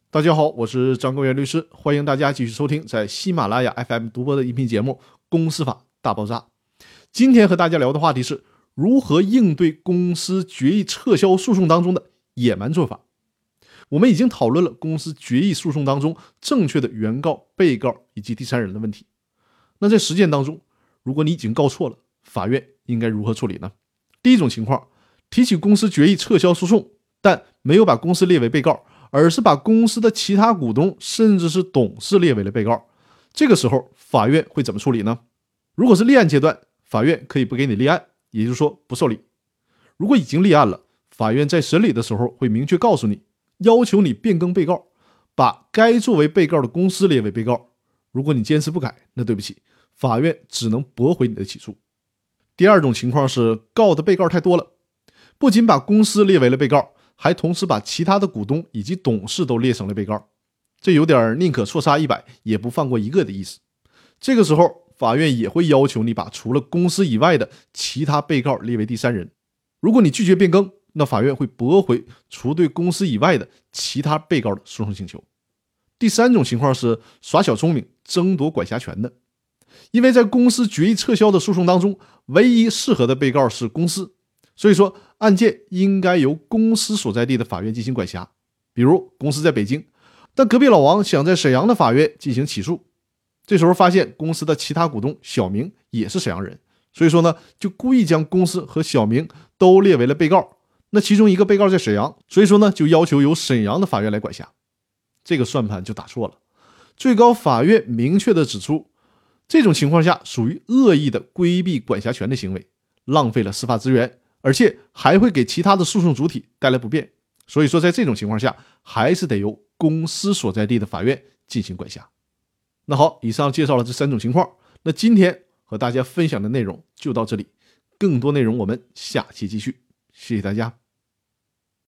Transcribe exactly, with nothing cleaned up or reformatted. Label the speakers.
Speaker 1: 大家好，我是张根源律师，欢迎大家继续收听在喜马拉雅 F M 独播的音频节目《公司法大爆炸》。今天和大家聊的话题是如何应对公司决议撤销诉讼当中的野蛮做法。我们已经讨论了公司决议诉讼当中正确的原告、被告以及第三人的问题。那在实践当中，如果你已经告错了，法院应该如何处理呢？第一种情况，提起公司决议撤销诉讼，但没有把公司列为被告，而是把公司的其他股东甚至是董事列为了被告，这个时候法院会怎么处理呢？如果是立案阶段，法院可以不给你立案，也就是说不受理。如果已经立案了，法院在审理的时候会明确告诉你，要求你变更被告，把该作为被告的公司列为被告。如果你坚持不改，那对不起，法院只能驳回你的起诉。第二种情况是告的被告太多了，不仅把公司列为了被告，还同时把其他的股东以及董事都列成了被告，这有点宁可错杀一百也不放过一个的意思。这个时候法院也会要求你把除了公司以外的其他被告列为第三人。如果你拒绝变更，那法院会驳回除对公司以外的其他被告的诉讼请求。第三种情况是耍小聪明争夺管辖权的，因为在公司决议撤销的诉讼当中，唯一适合的被告是公司，所以说案件应该由公司所在地的法院进行管辖。比如公司在北京，但隔壁老王想在沈阳的法院进行起诉，这时候发现公司的其他股东小明也是沈阳人，所以说呢，就故意将公司和小明都列为了被告。那其中一个被告在沈阳，所以说呢，就要求由沈阳的法院来管辖。这个算盘就打错了。最高法院明确地指出，这种情况下属于恶意的规避管辖权的行为，浪费了司法资源，而且还会给其他的诉讼主体带来不便。所以说在这种情况下，还是得由公司所在地的法院进行管辖。那好，以上介绍了这三种情况，那今天和大家分享的内容就到这里，更多内容我们下期继续，谢谢大家。